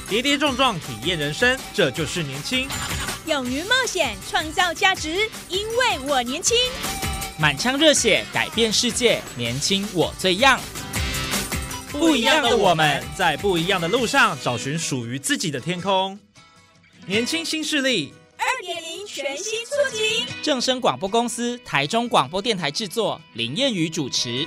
跌跌撞撞体验人生，这就是年轻。 勇于冒险，创造价值，因为我年轻。 满腔热血，改变世界，年轻我最样。 不一样的我们，在不一样的路上找寻属于自己的天空。年轻新势力 2.0全新出击， 正声广播公司台中广播电台制作，林燕瑜主持。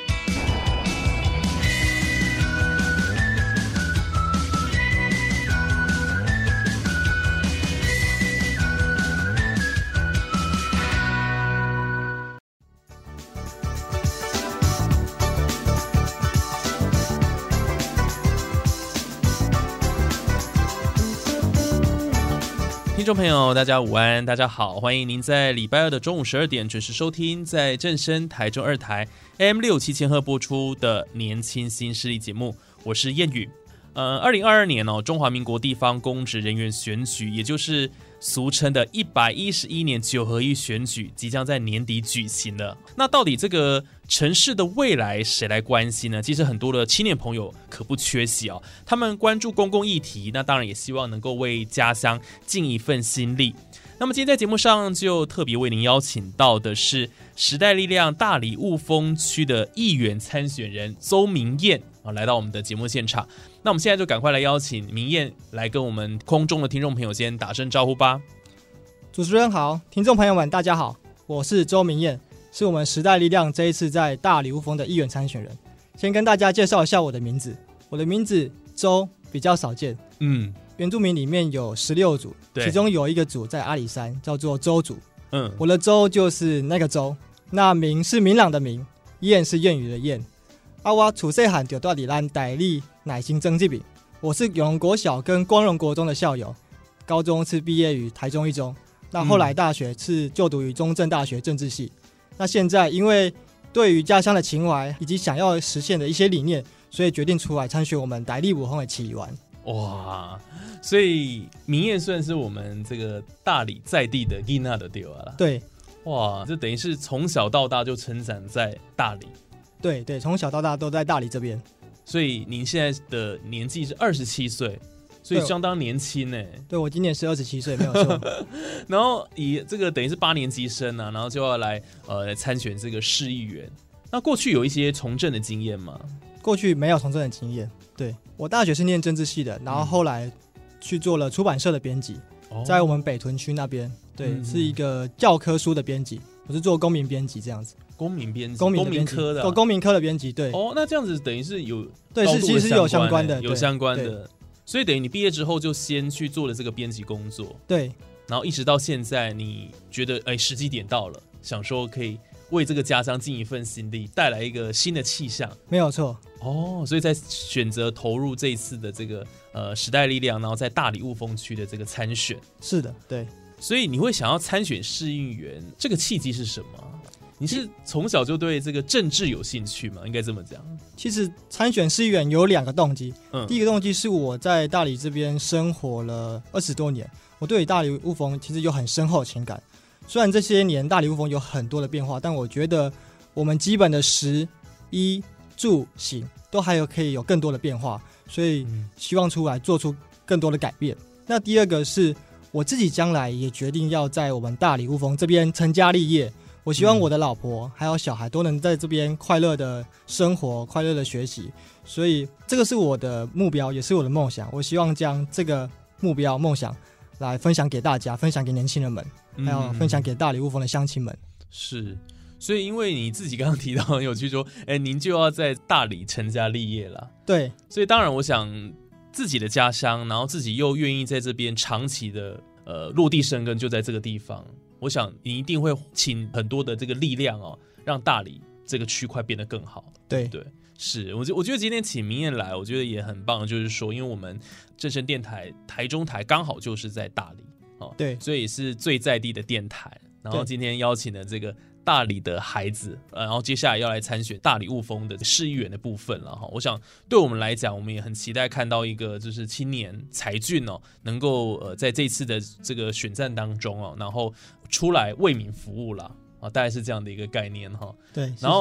听众朋友大家午安，大家好，欢迎您在礼拜二的中午12点准时收听在正声台中2台 AM657千赫播出的年轻新势力节目，我是燕宇。2022年中华民国地方公职人员选举，也就是俗称的111年9合1选举即将在年底举行了。那到底这个城市的未来谁来关心呢？其实很多的青年朋友可不缺席哦，他们关注公共议题，那当然也希望能够为家乡尽一份心力。那么今天在节目上就特别为您邀请到的是时代力量大里雾峰区的议员参选人周明燕来到我们的节目现场。那我们现在就赶快来邀请明燕来跟我们空中的听众朋友先打声招呼吧。 主持人好，听众朋友们大家好，我是周明燕，是我们时代力量这一次在大里雾峰的议员参选人。先跟大家介绍一下我的名字，我的名字周比较少见，原住民里面有16族，其中有一个族在阿里山叫做周族，我的周就是那个周，那明是明朗的明，燕是谚语的燕。我出世汉就住在咱大里乃新增这边，我是永荣国小跟光荣国中的校友，高中是毕业于台中一中，那后来大学是就读于中正大学政治系。那现在因为对于家乡的情怀以及想要实现的一些理念，所以决定出来参选我们大里雾峰的市议员。 哇，所以明燕算是我们这个大里在地的囡仔的对了。 对， 哇，这等于是从小到大就成长在大里。 对，从小到大都在大里这边。 所以您现在的年纪是27岁，所以相当年轻呢。 对，我今年是27岁，没有错。 然后以这个等于是8年级生啊，然后就要来参选这个市议员。那过去有一些从政的经验吗？ 过去没有从政的经验。对，我大学是念政治系的，然后后来去做了出版社的编辑，在我们北屯区那边，对，是一个教科书的编辑，我是做公民编辑这样子。 公民编辑， 公民科的， 公民科的编辑，对。 那这样子等于是有对，是其实有相关的， 有相关的。所以等于你毕业之后就先去做了这个编辑工作， 对。 然后一直到现在，你觉得时机点到了，想说可以为这个家乡尽一份心力，带来一个新的气象， 没有错。 所以才选择投入这一次的这个时代力量，然后在大里雾峰区的这个参选。 是的，对。 所以你会想要参选市议员，这个契机是什么？你是从小就对这个政治有兴趣吗？应该这么讲。 其实参选市议员有2个动机，第一个动机是我在大里这边生活了20多年，我对大里雾峰其实有很深厚的情感。虽然这些年大里雾峰有很多的变化，但我觉得我们基本的食衣住行都还可以有更多的变化，所以希望出来做出更多的改变。那第二个是我自己将来也决定要在我们大里雾峰这边成家立业，我希望我的老婆还有小孩都能在这边快乐的生活，快乐的学习，所以这个是我的目标，也是我的梦想。我希望将这个目标梦想来分享给大家，分享给年轻人们，还有分享给大里雾峰的乡亲们。 是，所以因为你自己刚刚提到很有趣说，您就要在大里成家立业了。 对， 所以当然我想自己的家乡，然后自己又愿意在这边长期的落地生根，就在这个地方。我想你一定会请很多的这个力量让大里这个区块变得更好。 对， 是，我觉得今天请明燕来，我觉得也很棒，就是说，因为我们正声电台台中台刚好就是在大里， 对， 所以也是最在地的电台。然后今天邀请了这个大里的孩子，然后接下来要来参选大里雾峰的市议员的部分了哈。我想对我们来讲，我们也很期待看到一个就是青年才俊能够在这次的这个选战当中然后出来为民服务啦大概是这样的一个概念哈。 对， 然后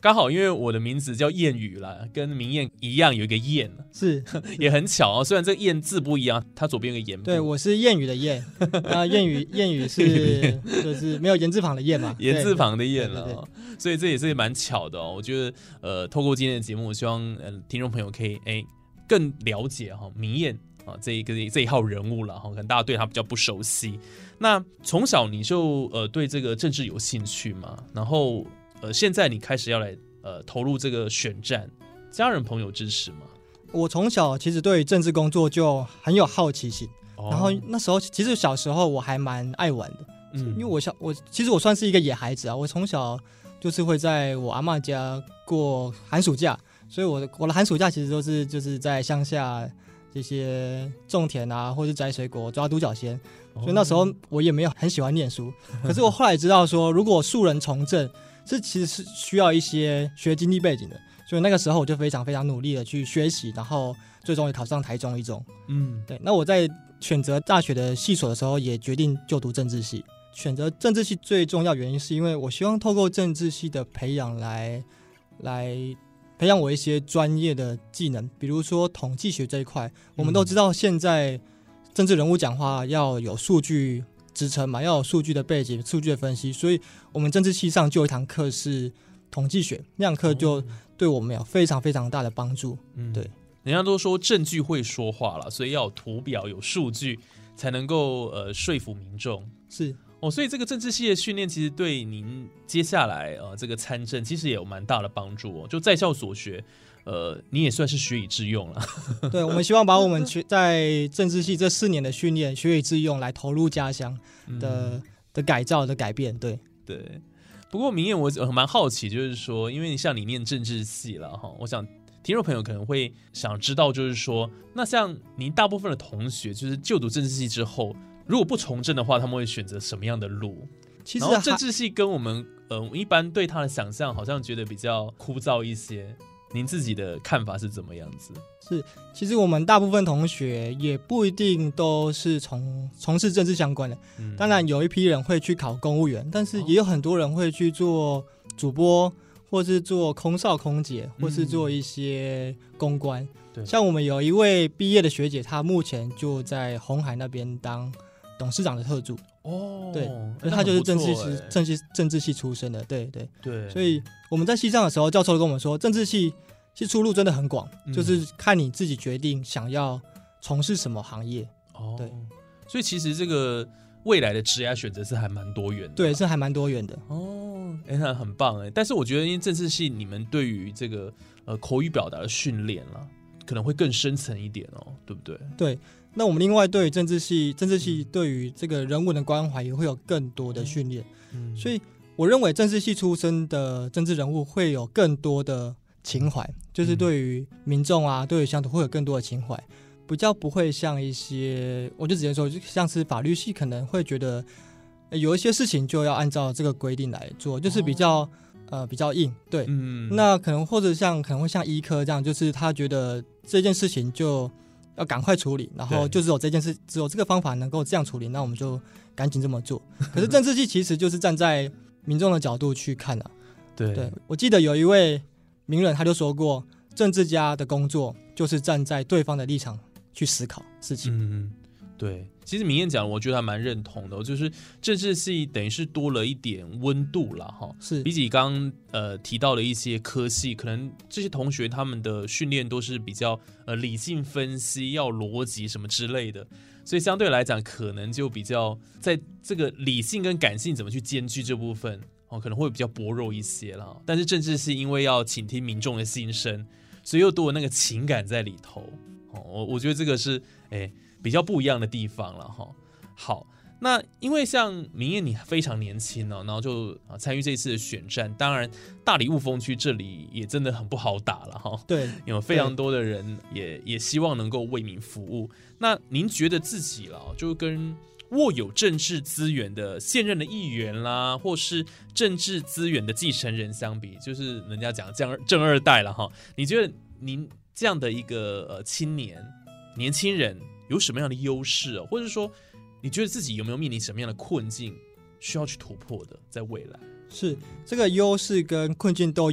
刚好因为我的名字叫燕宇啦，跟明燕一样有一个燕， 是也很巧哦。虽然这个燕字不一样，它左边有个言部。 对，我是谚语的谚，那谚语是就是没有言字旁的燕嘛， 言字旁的燕了、 对哦，所以这也是蛮巧的哦。我觉得透过今天的节目，我希望听众朋友可以更了解明燕啊这一号人物了哈，可能大家对他比较不熟悉。那从小你就对这个政治有兴趣嘛？然后现在你开始要来投入这个选战，家人朋友支持吗？ 我从小其实对政治工作就很有好奇心，然后那时候其实小时候我还蛮爱玩的，因为我其实我算是一个野孩子啊，我从小就是会在我阿嬷家过寒暑假，所以我的寒暑假其实都是就是在乡下这些种田啊，或是摘水果、抓独角仙，所以那时候我也没有很喜欢念书。可是我后来知道说，如果素人从政，这其实是需要一些学经历背景的，所以那个时候我就非常非常努力的去学习，然后最终也考上台中一中。对。那我在选择大学的系所的时候，也决定就读政治系。选择政治系最重要原因是因为我希望透过政治系的培养来培养我一些专业的技能，比如说统计学这一块，我们都知道现在政治人物讲话要有数据支撑嘛，要有数据的背景、数据的分析，所以我们政治系上就有一堂课是统计学，那堂课就对我们有非常非常大的帮助。对， 人家都说证据会说话啦，所以要有图表、有数据，才能够说服民众。 是。 所以这个政治系的训练其实对您接下来这个参政其实也有蛮大的帮助哦。就在校所学，你也算是学以致用了。 对，我们希望把我们在政治系这4年的训练学以致用，来投入家乡的改造的改变。对。 不过明燕，我蛮好奇，就是说，因为像你念政治系了哈，我想听众朋友可能会想知道，就是说，那像您大部分的同学，就是就读政治系之后，如果不从政的话，他们会选择什么样的路？ 其实然后政治系跟我们一般对他的想象，好像觉得比较枯燥一些。您自己的看法是怎么样子？ 是，其实我们大部分同学也不一定都是从事政治相关的。当然有一批人会去考公务员，但是也有很多人会去做主播，或是做空少空姐，或是做一些公关。像我们有一位毕业的学姐，她目前就在鸿海那边当董事长的特助。对，他就是政治系出身的。对。所以我们在系上的时候，教授跟我们说，政治系出路真的很广，就是看你自己决定想要从事什么行业。对， 所以其实这个未来的职业选择是还蛮多元的。 对，是还蛮多元的。 那很棒但是我觉得，因为政治系你们对于这个口语表达的训练啦，可能会更深层一点对不对？ 对。那我们另外对于政治系对于这个人文的关怀也会有更多的训练。所以我认为政治系出身的政治人物会有更多的情怀，就是对于民众啊，对于乡土会有更多的情怀，比较不会像一些，我就直接说，就像是法律系可能会觉得有一些事情就要按照这个规定来做，就是比较硬。对。那可能或者可能会像医科这样，就是他觉得这件事情就要赶快处理，然后就只有这件事，只有这个方法能够这样处理，那我们就赶紧这么做。可是政治系其实就是站在民众的角度去看啊。对，我记得有一位名人他就说过，政治家的工作就是站在对方的立场去思考事情。 对，其实明燕讲，我觉得还蛮认同的，就是政治系等于是多了一点温度啦哈。 是， 比起刚提到的一些科系，可能这些同学他们的训练都是比较理性分析，要逻辑什么之类的，所以相对来讲，可能就比较在这个理性跟感性怎么去兼具这部分可能会比较薄弱一些啦。但是政治系因为要倾听民众的心声，所以又多了那个情感在里头。我觉得这个是比较不一样的地方了哈。好，那因为像明燕你非常年轻然后就参与这次的选战，当然大里雾峰区这里也真的很不好打了哈。 对， 有非常多的人也希望能够为民服务。那您觉得自己就跟握有政治资源的现任的议员啦，或是政治资源的继承人相比，就是人家讲正二代了哈，你觉得您这样的一个年轻人有什么样的优势或者说你觉得自己有没有面临什么样的困境需要去突破的在未来？ 是，这个优势跟困境都有。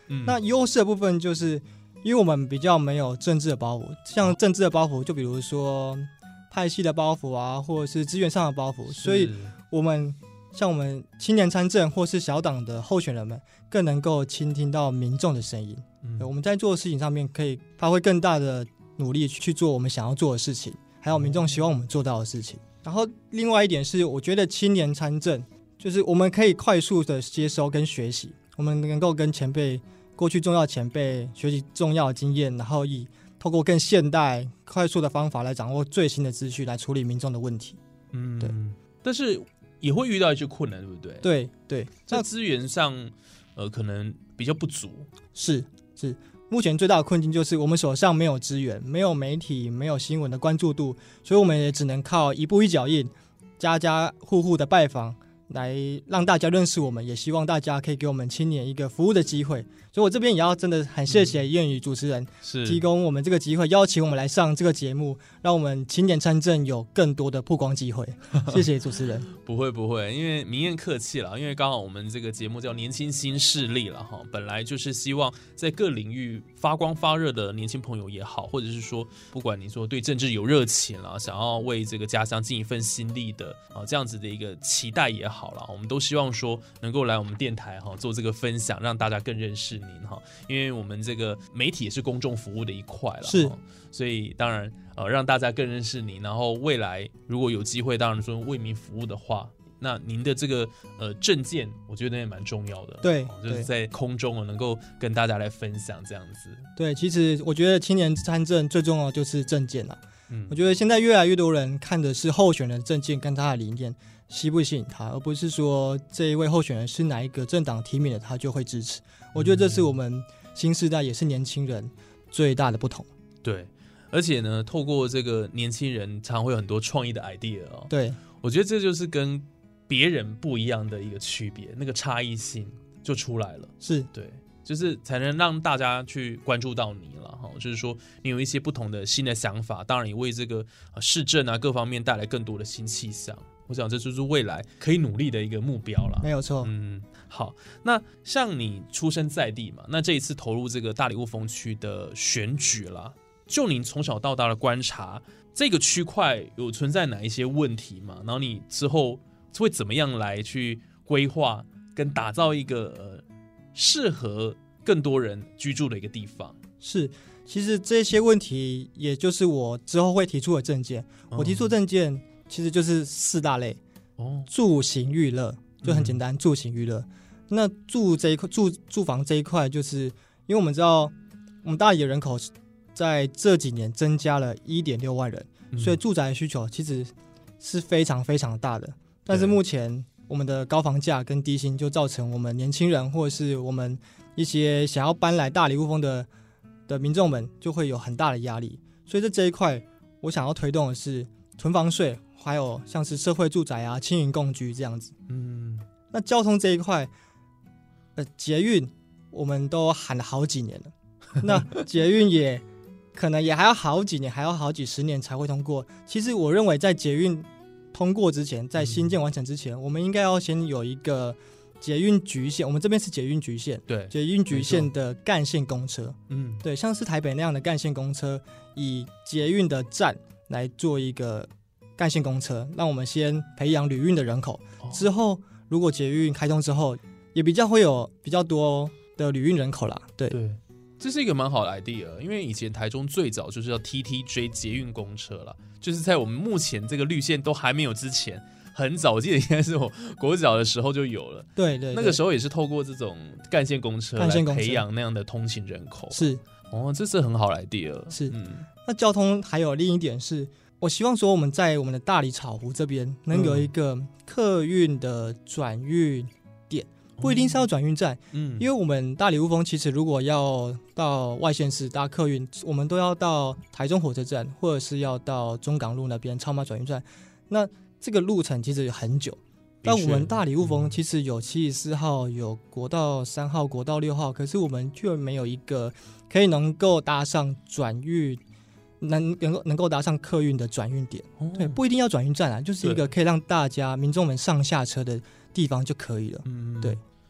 那优势的部分就是因为我们比较没有政治的包袱，像政治的包袱就比如说派系的包袱啊，或者是资源上的包袱，所以我们青年参政或是小党的候选人们更能够倾听到民众的声音。我们在做的事情上面可以发挥更大的努力去做我们想要做的事情，还有民众希望我们做到的事情。然后另外一点是，我觉得青年参政就是我们可以快速的接收跟学习，我们能够跟过去重要前辈学习重要的经验，然后透过更现代快速的方法来掌握最新的资讯，来处理民众的问题。对。 但是也会遇到一些困难，对不对？ 对， 在资源上可能比较不足。是， 目前最大的困境就是我们手上没有资源，没有媒体，没有新闻的关注度，所以我们也只能靠一步一脚印，家家户户的拜访来让大家认识我们，也希望大家可以给我们青年一个服务的机会。所以我这边也要真的很谢谢燕语主持人提供我们这个机会，邀请我们来上这个节目，让我们青年参政有更多的曝光机会。谢谢主持人。 不会，因为明艳客气了，因为刚好我们这个节目叫年轻新势力了哈，本来就是希望在各领域发光发热的年轻朋友也好，或者是说不管你说对政治有热情啦，想要为这个家乡尽一份心力的这样子的一个期待也好啦，我们都希望说能够来我们电台做这个分享，让大家更认识您哈，因为我们这个媒体也是公众服务的一块了，是，所以当然让大家更认识您，然后未来如果有机会，当然说为民服务的话，那您的这个政见，我觉得也蛮重要的， 对， 就是在空中能够跟大家来分享这样子。 对，其实我觉得青年参政最重要的就是政见啦。我觉得现在越来越多人看的是候选人的政见跟他的理念吸不吸引他，而不是说这一位候选人是哪一个政党提名的他就会支持。我觉得这是我们新世代也是年轻人最大的不同。 对，而且呢，透过这个年轻人常会有很多创意的 idea 对， 我觉得这就是跟别人不一样的一个区别，那个差异性就出来了。 是， 对，就是才能让大家去关注到你了哈。就是说，你有一些不同的新的想法，当然也为这个市政啊各方面带来更多的新气象。我想这就是未来可以努力的一个目标了。 没有错。 好，那像你出生在地嘛，那这一次投入这个大里雾峰区的选举啦，就您从小到大的观察，这个区块有存在哪一些问题吗？然后你之后会怎么样来去规划跟打造一个适合更多人居住的一个地方？ 是，其实这些问题也就是我之后会提出的政见。我提出政见其实就是4大类。住行娱乐就很简单，住行娱乐。那住房这一块，就是因为我们知道我们大里的人口在这几年增加了 1.6 万人，所以住宅的需求其实是非常非常大的。但是目前我们的高房价跟低薪就造成我们年轻人或者是我们一些想要搬来大里雾峰的民众们就会有很大的压力。所以在这一块我想要推动的是囤房税，还有像是社会住宅啊、青银共居这样子。那交通这一块捷运我们都喊了好几年了那捷运也可能也还要好几年，还要好几十年才会通过。其实我认为在捷运通过之前，在新建完成之前，我们应该要先有一个捷运局线，我们这边是捷运局线， 对， 捷运局线的干线公车，对，像是台北那样的干线公车，以捷运的站来做一个干线公车，让我们先培养旅运的人口，之后如果捷运开通之后，也会有比较多的旅运人口啦。对， 这是一个蛮好的 idea， 因为以前台中最早就是要 TTJ 捷运公车啦，就是在我们目前这个绿线都还没有之前，很早，我记得应该是我国小的时候就有了。对，那个时候也是透过这种干线公车来培养那样的通勤人口。是，这是很好的 idea。是，那交通还有另一点是，我希望说我们在我们的大里草湖这边能有一个客运的转运点，不一定是要转运站，因为我们大里雾峰其实如果要到外县市搭客运，我们都要到台中火车站，或者是要到中港路那边超马转运站，那这个路程其实很久。但我们大里雾峰其实有74号，有国道3号、国道6号，可是我们却没有一个可以能够搭上转运。能够搭上客运的转运点，对，不一定要转运站啊，就是一个可以让大家民众们上下车的地方就可以了。对，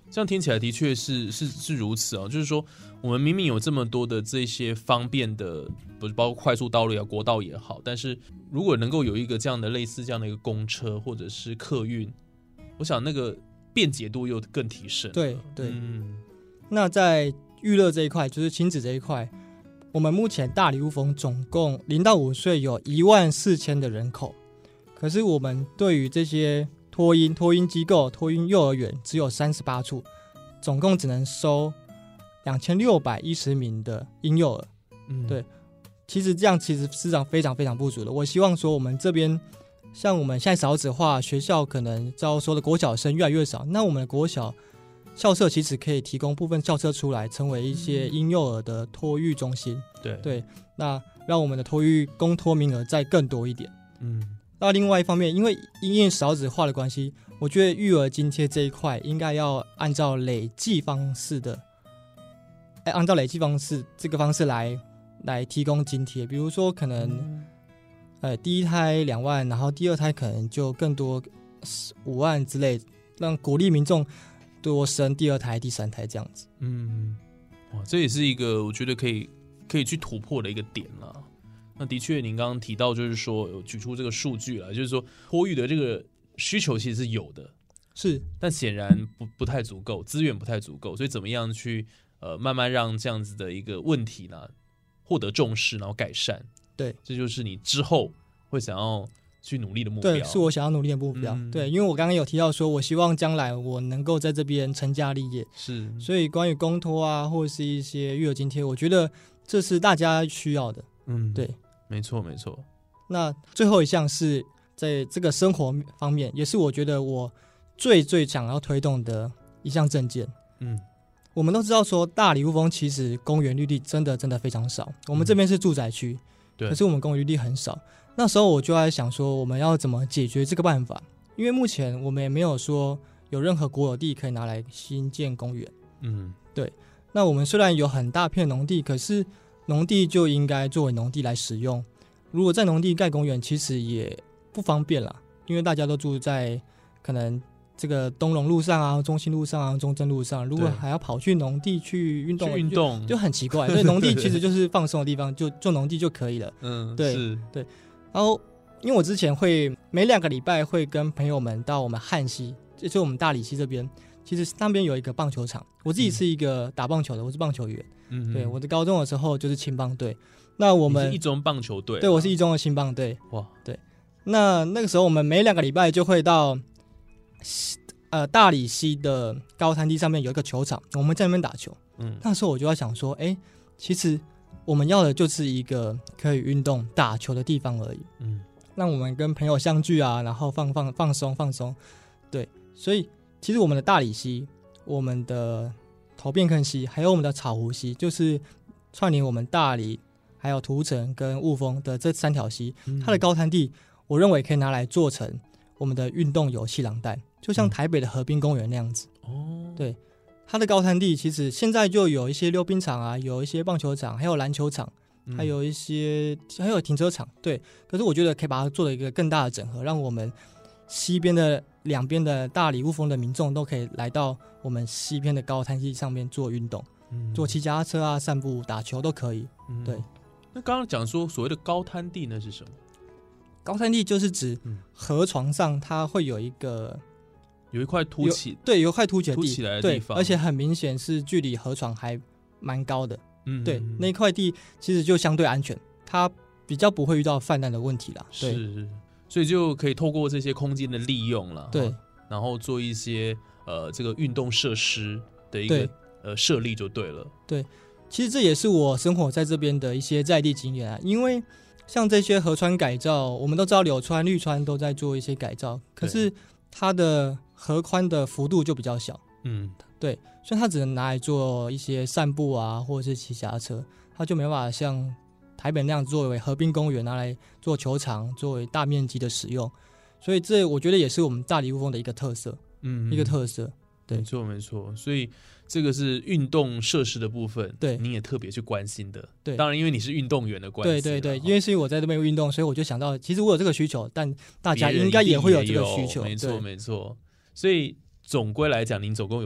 这样听起来的确是如此啊，就是说我们明明有这么多的这些方便的，不是包括快速道路也好，国道也好，但是如果能够有一个这样的类似这样的一个公车或者是客运，我想那个便捷度又更提升了。 对对，那在育乐这一块，就是亲子这一块，我们目前大里雾峰总共0到5岁有14000的人口，可是我们对于这些托婴机构、托婴幼儿园只有38处，总共只能收2610名的婴幼儿。对，其实这样其实市场非常非常不足的。我希望说我们这边像我们现在少子化，学校可能招收的国小生越来越少，那我们的国小校舍其实可以提供部分校舍出来，成为一些婴幼儿的托育中心。对，那让我们的托育公托名额再更多一点。那另外一方面，因为因应少子化的关系，我觉得育儿津贴这一块应该要按照累计方式这个方式来提供津贴。比如说可能第一胎2万，然后第二胎可能就更多5万之类，让鼓励民众多生第二胎、第三胎这样子。 哇，这也是一个我觉得可以去突破的一个点啦。那的确，您刚刚提到就是说有举出这个数据了，就是说托育的这个需求其实是有的， 是， 但显然不太足够，资源不太足够，所以怎么样去慢慢让这样子的一个问题呢获得重视，然后改善？ 对， 这就是你之后会想要去努力的目标。 对，是我想要努力的目标。对，因为我刚刚有提到说，我希望将来我能够在这边成家立业， 是，所以关于公托啊，或者是一些育儿津贴，我觉得这是大家需要的。对。 没错。 那最后一项是在这个生活方面，也是我觉得我最想要推动的一项政见。我们都知道说大里雾峰其实公园绿地真的非常少，我们这边是住宅区，可是我们公园绿地很少。那时候我就在想说，我们要怎么解决这个办法？因为目前我们也没有说有任何国有地可以拿来新建公园。对。那我们虽然有很大片农地，可是农地就应该作为农地来使用。如果在农地盖公园，其实也不方便啦，因为大家都住在可能这个东龙路上啊、中心路上啊、中正路上，如果还要跑去农地去运动，就很奇怪。所以农地其实就是放松的地方，就做农地就可以了。对。然后，因为我之前会每2个礼拜会跟朋友们到我们旱溪，就是我们大里溪这边，其实那边有一个棒球场。我自己是一个打棒球的，我是棒球员。对，我在高中的时候就是青棒队。那我们你是一中棒球队？ 对，我是一中的青棒队。 哇， 对。那个时候我们每2个礼拜就会到大里溪的高滩地上面有一个球场，我们在那边打球。那时候我就在想说，其实我们要的就是一个可以运动打球的地方而已。让我们跟朋友相聚啊，然后放松。对，所以其实我们的大里溪、我们的头汴坑溪还有我们的草湖溪，就是串联我们大里还有土城跟雾峰的这3条溪，它的高滩地我认为可以拿来做成我们的运动游气廊带，就像台北的河滨公园那样子。对，它的高滩地其实现在就有一些溜冰场啊，有一些棒球场，还有篮球场，还有停车场。对，可是我觉得可以把它做了一个更大的整合，让我们西边的2边的大里雾峰的民众都可以来到我们西边的高滩地上面做运动，做骑脚踏车啊、散步、打球都可以。对。 那刚刚讲说所谓的高滩地那是什么？ 高滩地就是指河床上它会有一块凸起， 对，有一块凸起的地， 凸起来的地方， 对，而且很明显是距离河床还蛮高的。对，那块地其实就相对安全，它比较不会遇到泛滥的问题啦。对， 是，所以就可以透过这些空间的利用啦， 对， 然后做一些这个运动设施的一个设立就对了。 对，其实这也是我生活在这边的一些在地经验啊，因为像这些河川改造，我们都知道柳川、绿川都在做一些改造，可是它的河宽的幅度就比较小。对，所以它只能拿来做一些散步啊，或者是骑脚踏车，它就没办法像台北那样作为河滨公园拿来做球场，作为大面积的使用。所以这我觉得也是我们大里雾峰的一个特色。一个特色。对， 没错。所以这个是运动设施的部分， 对， 你也特别去关心的。 对， 当然因为你是运动员的关系。 对，因为是我在这边运动，所以我就想到，其实我有这个需求，但大家应该也会有这个需求。 没错。所以总归来讲，您总共有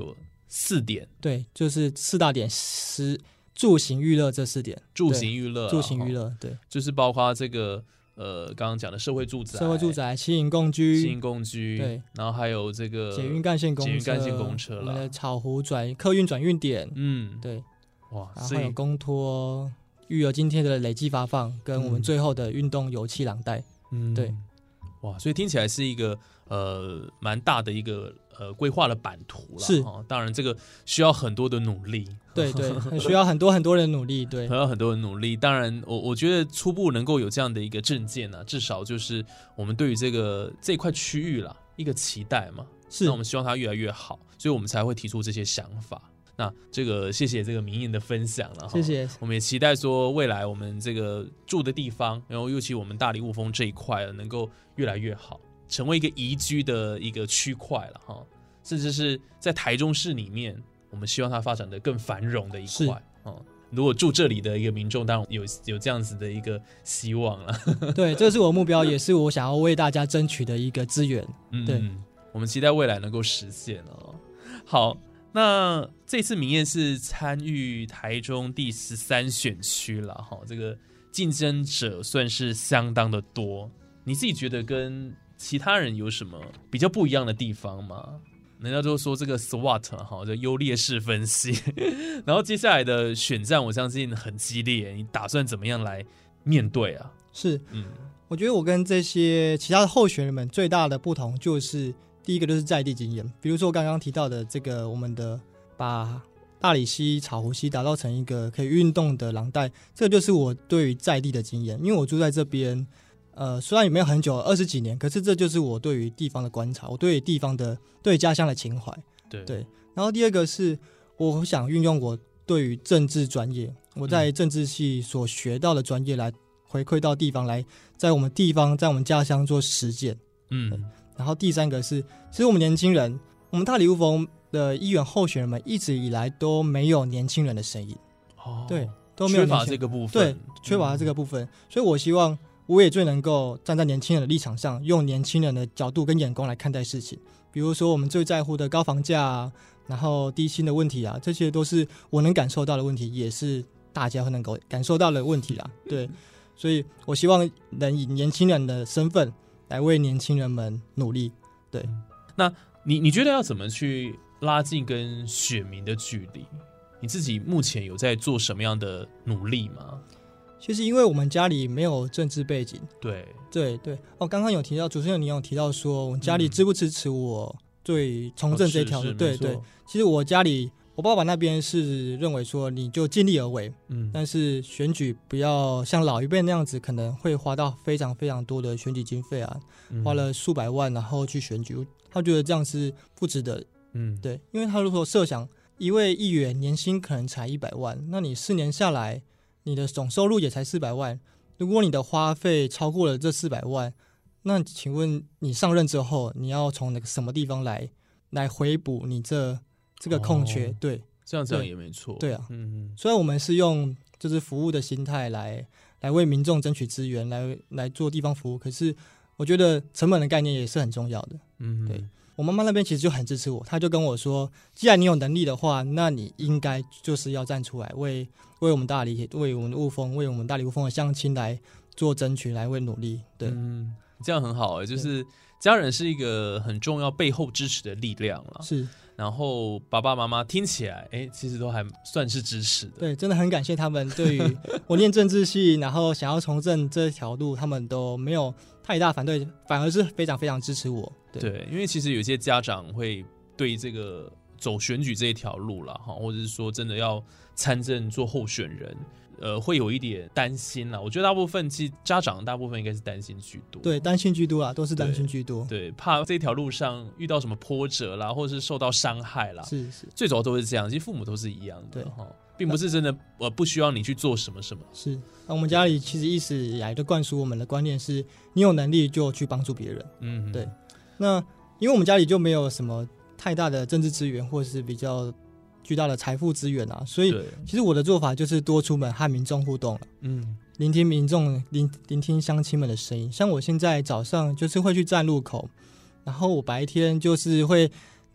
4点， 对，就是4大点，住行娱乐这4点。 住行娱乐， 住行娱乐，对， 就是包括这个刚刚讲的社会住宅、 轻盈共居， 对，然后还有这个捷运干线公车我们的草湖客运转运点，对，哇，然后还有公托、育儿津贴的累计发放，跟我们最后的运动油气廊带，对， 哇，所以听起来是一个蛮大的一个规划的版图啦。 是， 当然这个需要很多的努力， 对，需要很多很多人努力，对， 需要很多人努力。当然我觉得初步能够有这样的一个政见啊，至少就是我们对于这块区域啦一个期待嘛，是，那我们希望它越来越好，所以我们才会提出这些想法。那这个谢谢这个明艳的分享了， 谢谢。 我们也期待说未来我们这个住的地方，然后尤其我们大里雾峰这一块能够越来越好，成为一个宜居的一个区块了哈，甚至是在台中市里面，我们希望它发展的更繁荣的一块。如果住这里的一个民众，当然有这样子的一个希望了。 对，这是我的目标，也是我想要为大家争取的一个资源。对， 我们期待未来能够实现哦。好。那这次明艳是参与台中第13选区了哈，这个竞争者算是相当的多。你自己觉得跟其他人有什么比较不一样的地方吗？人家都说这个 SWOT 哈，这优劣势分析。然后接下来的选战，我相信很激烈，你打算怎么样来面对啊？ 是，我觉得我跟这些其他的候选人们最大的不同就是。第一个就是在地经验，比如说我刚刚提到的这个，我们的把大里溪、草湖溪打造成一个可以运动的廊带，这个就是我对于在地的经验。因为我住在这边，虽然也没有很久，20几年，可是这就是我对于地方的观察，我对于地方的对家乡的情怀。对。然后第二个是我想运用我对于政治专业，我在政治系所学到的专业来回馈到地方，来在我们地方，在我们家乡做实践。然后第三个是，其实我们年轻人，我们大里雾峰的议员候选人们一直以来都没有年轻人的声音，对，都没有缺乏这个部分， 对，缺乏这个部分，所以我希望我也最能够站在年轻人的立场上，用年轻人的角度跟眼光来看待事情。比如说我们最在乎的高房价啊，然后低薪的问题啊，这些都是我能感受到的问题，也是大家会能够感受到的问题啦。对，所以我希望能以年轻人的身份来为年轻人们努力。对， 那你觉得要怎么去拉近跟选民的距离？你自己目前有在做什么样的努力吗？ 其实因为我们家里没有政治背景， 对， 刚刚有提到主持人，你有提到说我家里支不支持我对从政这条路？对，其实我家里我爸爸那边是认为说你就尽力而为，但是选举不要像老一辈那样子，可能会花到非常非常多的选举经费啊，花了数百万然后去选举，他觉得这样是不值得。对，因为他如果设想一位议员年薪可能才100万，那你4年下来，你的总收入也才400万。如果你的花费超过了这400万，那请问你上任之后，你要从那个什么地方来回补你这个空缺？对， 这样也没错。 对啊，虽然我们是用就是服务的心态来为民众争取资源，来做地方服务，可是我觉得成本的概念也是很重要的。对。我妈妈那边其实就很支持我，她就跟我说，既然你有能力的话，那你应该就是要站出来为我们大里，为我们雾峰，为我们大里雾峰的乡亲来做争取，来为努力。对， 这样很好就是家人是一个很重要背后支持的力量了。 是， 然后爸爸妈妈听起来其实都还算是支持的。 对，真的很感谢他们对于我念政治系然后想要从政这条路，他们都没有太大反对，反而是非常非常支持我。 对，因为其实有些家长会对这个走选举这一条路啦，或者是说真的要参政做候选人，会有一点担心啦。我觉得大部分其实家长大部分应该是担心居多。 对，担心居多啦，都是担心居多。 对，怕这条路上遇到什么波折啦，或者是受到伤害啦。 是， 最主要都是这样。其实父母都是一样的，并不是真的不需要你去做什么什么。 是，那我们家里其实一直以来的灌输我们的观念是，你有能力就去帮助别人。对。那因为我们家里就没有什么太大的政治资源，或是比较巨大的财富资源啊，所以其实我的做法就是多出门和民众互动了。聆听民众，聆听乡亲们的声音。像我现在早上就是会去站路口，然后我白天就是会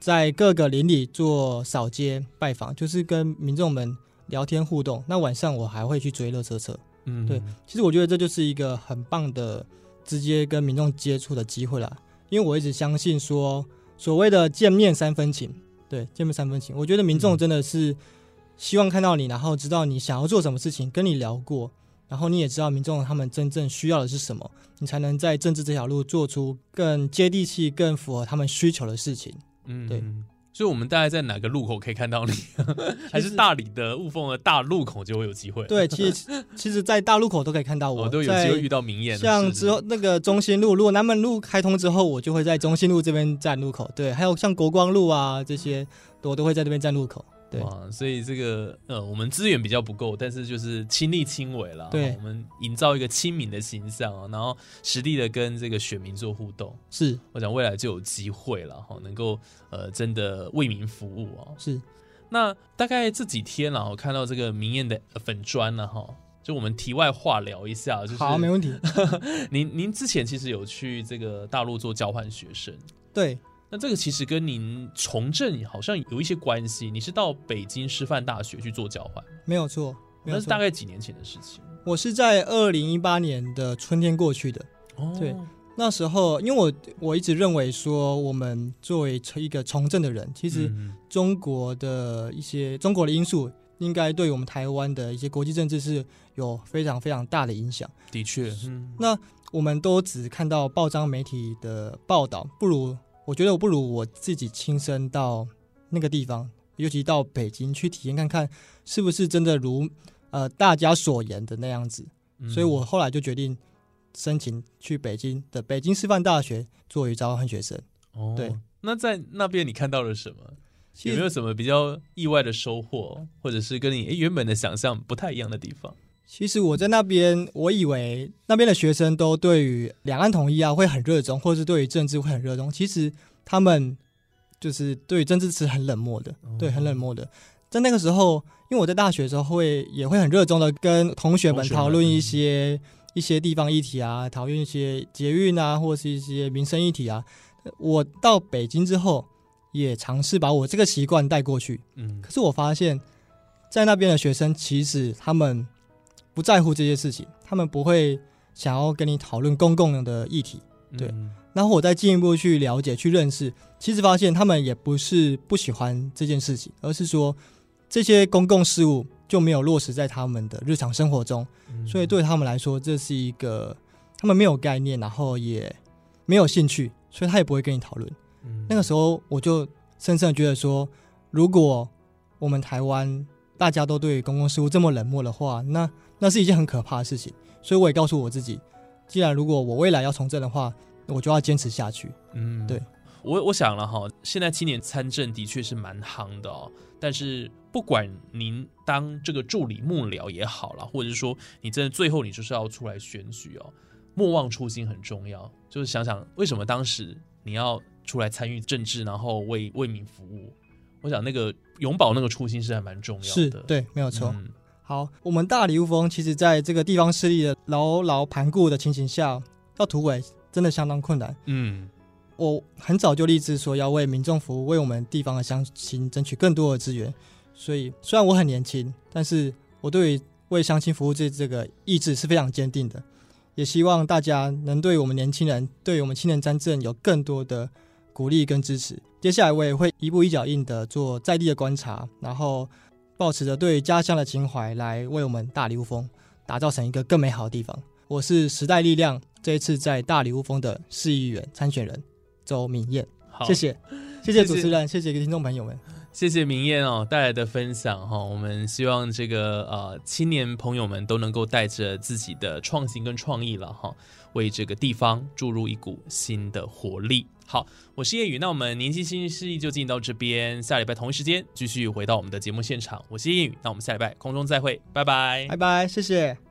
在各个邻里做扫街拜访，就是跟民众们聊天互动。那晚上我还会去追垃圾车。对，其实我觉得这就是一个很棒的直接跟民众接触的机会啦。因为我一直相信说，所谓的见面三分情，对，见面三分情，我觉得民众真的是希望看到你，然后知道你想要做什么事情，跟你聊过，然后你也知道民众他们真正需要的是什么，你才能在政治这条路做出更接地气、更符合他们需求的事情。对。 所以我们大概在哪个路口可以看到你？还是大理的雾峰的大路口就会有机会？ 对，其实在大路口都可以看到我， 都有机会遇到明艳。 像之后那个中心路，如果南门路开通之后，我就会在中心路这边站路口。对，还有像国光路啊这些，我都会在这边站路口。对， 哇，所以这个我们资源比较不够，但是就是亲力亲为啦。 对， 我们营造一个亲民的形象啊，然后实地的跟这个选民做互动。 是， 我想未来就有机会了哈，能够真的为民服务哦。 是， 那大概这几天啦，我看到这个明艳的粉专了哈，就我们题外话聊一下，就是好，没问题。 您之前其实有去这个大陆做交换学生， 对。 那这个其实跟您从政好像有一些关系，你是到北京师范大学去做交换， 没有错， 那是大概几年前的事情。 我是在2018年的春天过去的。对，那时候因为我一直认为说，我们作为一个从政的人，其实中国的因素应该对我们台湾的一些国际政治是有非常非常大的影响。 的确， 那我们都只看到报章媒体的报道，我觉得我不如我自己亲身到那个地方，尤其到北京去体验看看，是不是真的如大家所言的那样子。所以我后来就决定申请去北京的北京师范大学作为交换学生。对， 那在那边你看到了什么？有没有什么比较意外的收获，或者是跟你原本的想象不太一样的地方？ 其实我在那边，我以为那边的学生都对于两岸统一啊会很热衷，或者是对于政治会很热衷。其实他们就是对于政治是很冷漠的，对，很冷漠的。在那个时候，因为我在大学的时候也会很热衷的跟同学们讨论一些地方议题啊，讨论一些捷运啊，或是一些民生议题啊。我到北京之后，也尝试把我这个习惯带过去。可是我发现，在那边的学生其实他们不在乎这些事情，他们不会想要跟你讨论公共的议题。对，然后我再进一步去了解、去认识，其实发现他们也不是不喜欢这件事情，而是说这些公共事务就没有落实在他们的日常生活中，所以对他们来说，这是一个他们没有概念，然后也没有兴趣，所以他也不会跟你讨论。那个时候我就深深的觉得说，如果我们台湾大家都对公共事务这么冷漠的话，那是一件很可怕的事情。所以我也告诉我自己，既然如果我未来要从政的话，我就要坚持下去。对， 我想了哈，现在青年参政的确是蛮夯的哦。但是不管您当这个助理幕僚也好啦，或者是说你真的最后你就是要出来选举哦，莫忘初心很重要。就是想想为什么当时你要出来参与政治，然后为民服务。我想那个永葆那个初心是还蛮重要的。 是，对，没有错。好，我们大理雾峰其实在这个地方势力的牢牢盘固的情形下，要突围真的相当困难。我很早就立志说要为民众服务，为我们地方的乡亲争取更多的资源。所以虽然我很年轻，但是我对于为乡亲服务这个意志是非常坚定的。也希望大家能对我们年轻人，对我们青年参政有更多的鼓励跟支持。接下来我也会一步一脚印的做在地的观察，然后抱持着对家乡的情怀来为我们大理雾峰打造成一个更美好的地方。我是时代力量这一次在大理雾峰的市议员参选人周明艳。谢谢主持人，谢谢听众朋友们。 谢谢明艳哦带来的分享哈，我们希望这个青年朋友们都能够带着自己的创新跟创意了哈，为这个地方注入一股新的活力。好，我是叶宇，那我们年轻新势力就进行到这边，下礼拜同一时间继续回到我们的节目现场。我是叶宇，那我们下礼拜空中再会，拜拜， 拜拜，谢谢。